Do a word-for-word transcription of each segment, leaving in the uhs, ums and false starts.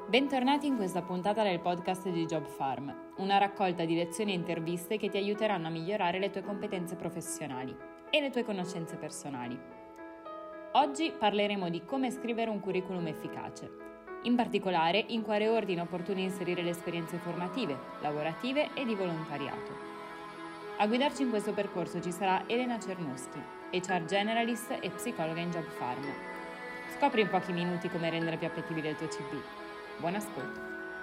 Bentornati in questa puntata del podcast di Job Farm, una raccolta di lezioni e interviste che ti aiuteranno a migliorare le tue competenze professionali e le tue conoscenze personali. Oggi parleremo di come scrivere un curriculum efficace, in particolare in quale ordine è opportuno inserire le esperienze formative, lavorative e di volontariato. A guidarci in questo percorso ci sarà Elena Cernuschi, H R Generalist e psicologa in Job Farm. Scopri in pochi minuti come rendere più appetibile il tuo C V. Buon ascolto!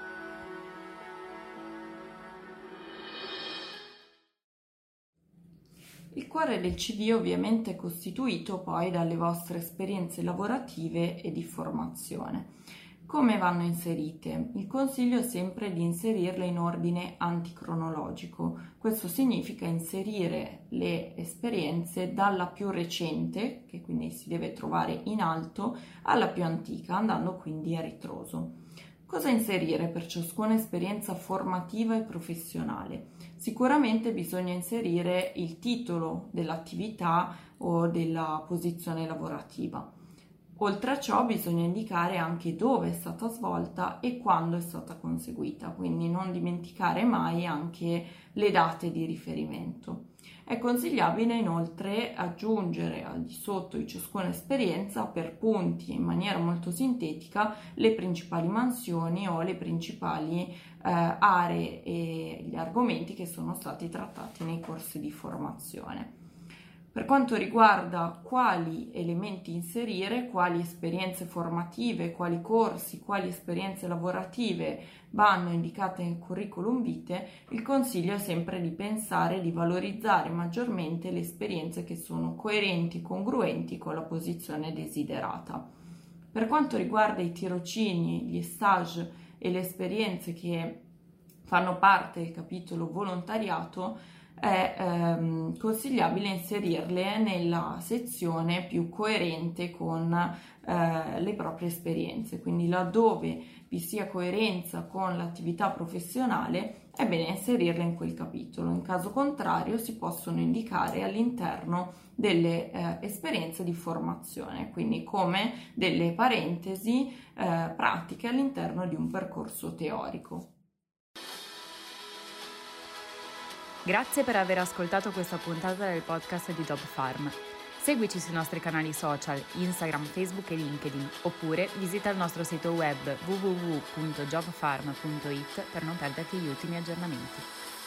Il cuore del C V ovviamente è costituito poi dalle vostre esperienze lavorative e di formazione. Come vanno inserite? Il consiglio è sempre di inserirle in ordine anticronologico. Questo significa inserire le esperienze dalla più recente, che quindi si deve trovare in alto, alla più antica, andando quindi a ritroso. Cosa inserire per ciascuna esperienza formativa e professionale? Sicuramente bisogna inserire il titolo dell'attività o della posizione lavorativa. Oltre a ciò bisogna indicare anche dove è stata svolta e quando è stata conseguita, quindi non dimenticare mai anche le date di riferimento. È consigliabile inoltre aggiungere al di sotto di ciascuna esperienza per punti in maniera molto sintetica le principali mansioni o le principali eh, aree e gli argomenti che sono stati trattati nei corsi di formazione. Per quanto riguarda quali elementi inserire, quali esperienze formative, quali corsi, quali esperienze lavorative vanno indicate nel curriculum vitae, il consiglio è sempre di pensare di valorizzare maggiormente le esperienze che sono coerenti e congruenti con la posizione desiderata. Per quanto riguarda i tirocini, gli stage e le esperienze che fanno parte del capitolo volontariato, è ehm, consigliabile inserirle nella sezione più coerente con eh, le proprie esperienze, quindi laddove vi sia coerenza con l'attività professionale è bene inserirle in quel capitolo. In caso contrario si possono indicare all'interno delle eh, esperienze di formazione, quindi come delle parentesi eh, pratiche all'interno di un percorso teorico. Grazie per aver ascoltato questa puntata del podcast di Job Farm. Seguici sui nostri canali social, Instagram, Facebook e LinkedIn, oppure visita il nostro sito web w w w punto job farm punto i t per non perderti gli ultimi aggiornamenti.